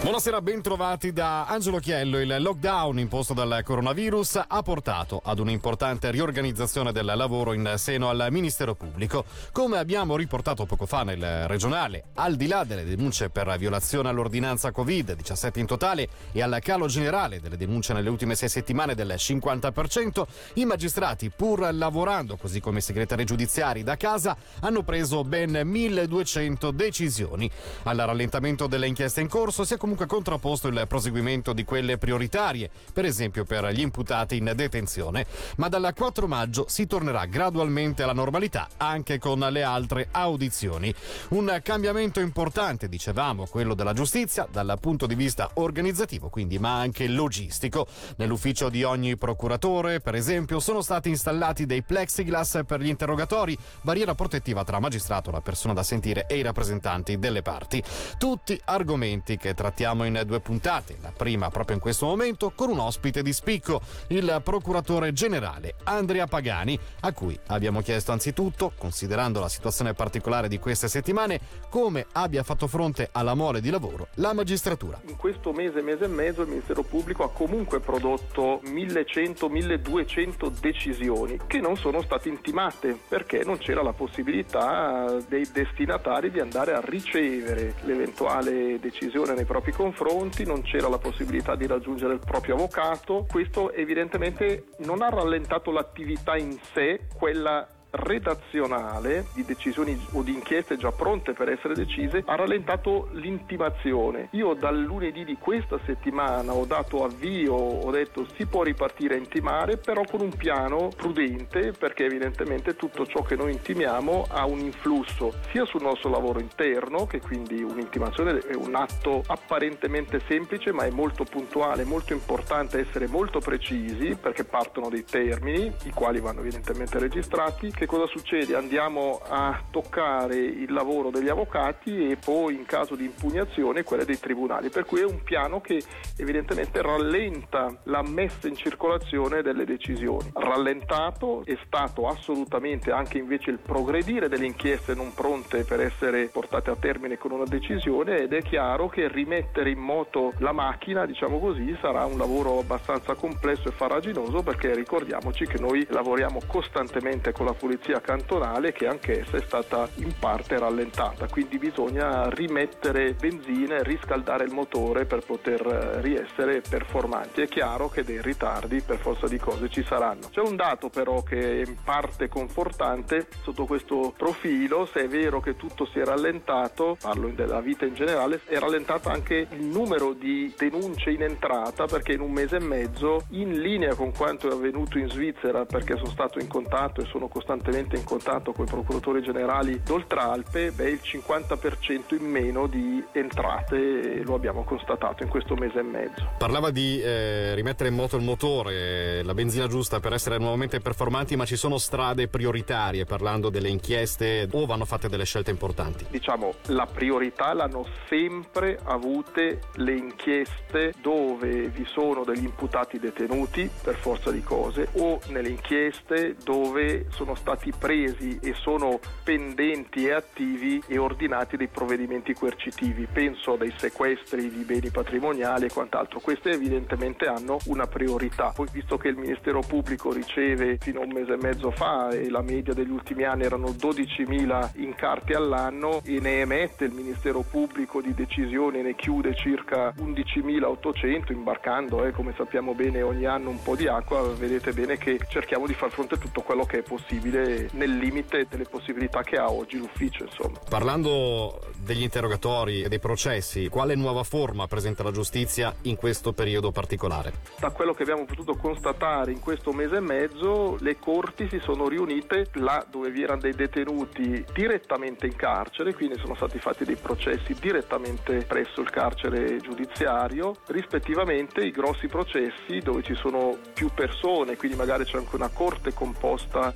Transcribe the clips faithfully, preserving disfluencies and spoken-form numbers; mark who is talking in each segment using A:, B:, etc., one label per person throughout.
A: Buonasera, ben trovati da Angelo Chiello. Il lockdown imposto dal coronavirus ha portato ad un'importante riorganizzazione del lavoro in seno al Ministero Pubblico. Come abbiamo riportato poco fa nel regionale, al di là delle denunce per violazione all'ordinanza Covid, diciassette in totale, e al calo generale delle denunce nelle ultime sei settimane del cinquanta per cento, i magistrati, pur lavorando così come i segretari giudiziari da casa, hanno preso ben milleduecento decisioni. Al rallentamento delle inchieste in corso si è comunque contrapposto il proseguimento di quelle prioritarie, per esempio per gli imputati in detenzione, ma dal quattro maggio si tornerà gradualmente alla normalità anche con le altre audizioni. Un cambiamento importante, dicevamo, quello della giustizia dal punto di vista organizzativo, quindi, ma anche logistico. Nell'ufficio di ogni procuratore, per esempio, sono stati installati dei plexiglass per gli interrogatori, barriera protettiva tra magistrato, la persona da sentire e i rappresentanti delle parti. Tutti argomenti che trattiamo in due puntate, la prima proprio in questo momento con un ospite di spicco, il procuratore generale Andrea Pagani, a cui abbiamo chiesto anzitutto, considerando la situazione particolare di queste settimane, come abbia fatto fronte alla mole di lavoro la magistratura.
B: In questo mese, mese e mezzo, il Ministero Pubblico ha comunque prodotto millecento milleduecento decisioni che non sono state intimate perché non c'era la possibilità dei destinatari di andare a ricevere l'eventuale decisione nei propri confronti, non c'era la possibilità di raggiungere il proprio avvocato. Questo evidentemente non ha rallentato l'attività in sé, quella redazionale di decisioni o di inchieste già pronte per essere decise, ha rallentato l'intimazione. Io dal lunedì di questa settimana ho dato avvio, ho detto si può ripartire a intimare, però con un piano prudente, perché evidentemente tutto ciò che noi intimiamo ha un influsso sia sul nostro lavoro interno, che quindi un'intimazione è un atto apparentemente semplice ma è molto puntuale, molto importante essere molto precisi perché partono dei termini, i quali vanno evidentemente registrati. Che cosa succede? Andiamo a toccare il lavoro degli avvocati e poi in caso di impugnazione quelle dei tribunali, per cui è un piano che evidentemente rallenta la messa in circolazione delle decisioni. Rallentato è stato assolutamente anche invece il progredire delle inchieste non pronte per essere portate a termine con una decisione, ed è chiaro che rimettere in moto la macchina, diciamo così, sarà un lavoro abbastanza complesso e farraginoso, perché ricordiamoci che noi lavoriamo costantemente con la polizia cantonale, che anch'essa è stata in parte rallentata, quindi bisogna rimettere benzina e riscaldare il motore per poter riessere performanti. È chiaro che dei ritardi per forza di cose ci saranno. C'è un dato però che è in parte confortante sotto questo profilo: se è vero che tutto si è rallentato, parlo della vita in generale, è rallentato anche il numero di denunce in entrata, perché in un mese e mezzo, in linea con quanto è avvenuto in Svizzera, perché sono stato in contatto e sono costantemente in contatto con i procuratori generali d'Oltralpe, beh, il cinquanta per cento in meno di entrate lo abbiamo constatato in questo mese e mezzo.
A: Parlava di eh, rimettere in moto il motore, la benzina giusta per essere nuovamente performanti, ma ci sono strade prioritarie, parlando delle inchieste, o vanno fatte delle scelte importanti?
B: Diciamo, la priorità l'hanno sempre avute le inchieste dove vi sono degli imputati detenuti per forza di cose, o nelle inchieste dove sono stati presi e sono pendenti e attivi e ordinati dei provvedimenti coercitivi. Penso a dei sequestri di beni patrimoniali e quant'altro. Queste evidentemente hanno una priorità. Poi, visto che il Ministero Pubblico riceve fino a un mese e mezzo fa, e la media degli ultimi anni erano dodicimila incarti all'anno, e ne emette il Ministero Pubblico di decisioni, ne chiude circa undicimilaottocento, imbarcando, eh, come sappiamo bene, ogni anno un po' di acqua, vedete bene che cerchiamo di far fronte a tutto quello che è possibile nel limite delle possibilità che ha oggi l'ufficio, insomma.
A: Parlando degli interrogatori e dei processi, quale nuova forma presenta la giustizia in questo periodo particolare?
B: Da quello che abbiamo potuto constatare in questo mese e mezzo, le corti si sono riunite là dove vi erano dei detenuti direttamente in carcere, quindi sono stati fatti dei processi direttamente presso il carcere giudiziario, rispettivamente i grossi processi dove ci sono più persone, quindi magari c'è anche una corte composta da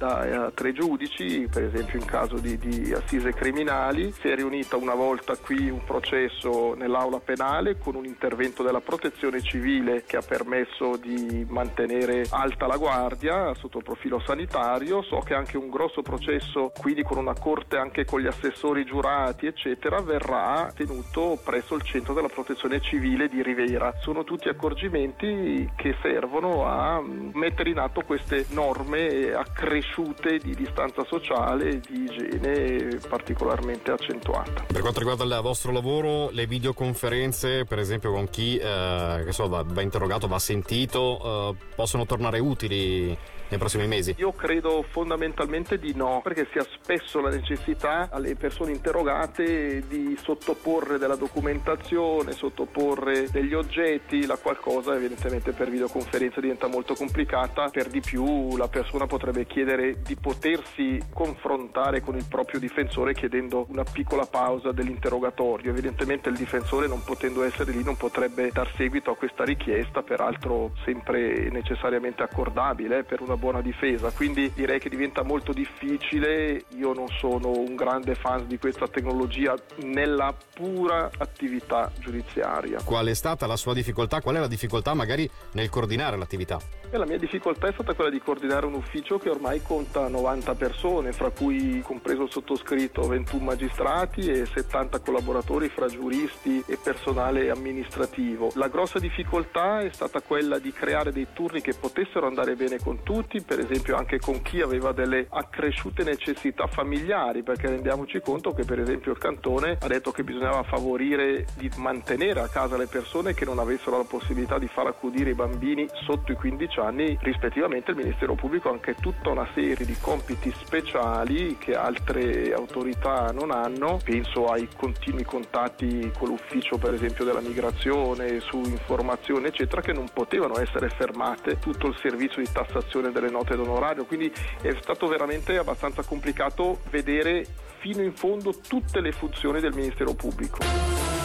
B: da tre giudici, per esempio in caso di, di assise criminali. Si è riunita una volta qui un processo nell'aula penale con un intervento della protezione civile che ha permesso di mantenere alta la guardia sotto il profilo sanitario. So che anche un grosso processo, quindi con una corte anche con gli assessori giurati eccetera, verrà tenuto presso il centro della protezione civile di Rivera. Sono tutti accorgimenti che servono a mettere in atto queste norme accresciute di distanza sociale e di igiene particolarmente accentuata.
A: Per quanto riguarda il vostro lavoro, le videoconferenze, per esempio con chi eh, che so, va, va interrogato, va sentito, eh, possono tornare utili nei prossimi mesi?
B: Io credo fondamentalmente di no, perché si ha spesso la necessità alle persone interrogate di sottoporre della documentazione, sottoporre degli oggetti, la qualcosa evidentemente per videoconferenza diventa molto complicata. Per di più la persona potrebbe chiedere di potersi confrontare con il proprio difensore chiedendo una piccola pausa dell'interrogatorio. Evidentemente il difensore, non potendo essere lì, non potrebbe dar seguito a questa richiesta, peraltro sempre necessariamente accordabile per una buona difesa, quindi direi che diventa molto difficile. Io non sono un grande fan di questa tecnologia nella pura attività giudiziaria.
A: Qual è stata la sua difficoltà? Qual è la difficoltà magari nel coordinare l'attività?
B: E la mia difficoltà è stata quella di coordinare un ufficio che ormai conta novanta persone, fra cui, compreso il sottoscritto, ventuno magistrati e settanta collaboratori fra giuristi e personale amministrativo. La grossa difficoltà è stata quella di creare dei turni che potessero andare bene con tutti, per esempio anche con chi aveva delle accresciute necessità familiari, perché rendiamoci conto che per esempio il Cantone ha detto che bisognava favorire di mantenere a casa le persone che non avessero la possibilità di far accudire i bambini sotto i quindici anni. Rispettivamente il Ministero Pubblico ha anche tutta una serie di compiti speciali che altre autorità non hanno. Penso ai continui contatti con l'ufficio per esempio della migrazione, su informazioni eccetera, che non potevano essere fermate, tutto il servizio di tassazione delle note d'onorario, quindi è stato veramente abbastanza complicato vedere fino in fondo tutte le funzioni del Ministero Pubblico.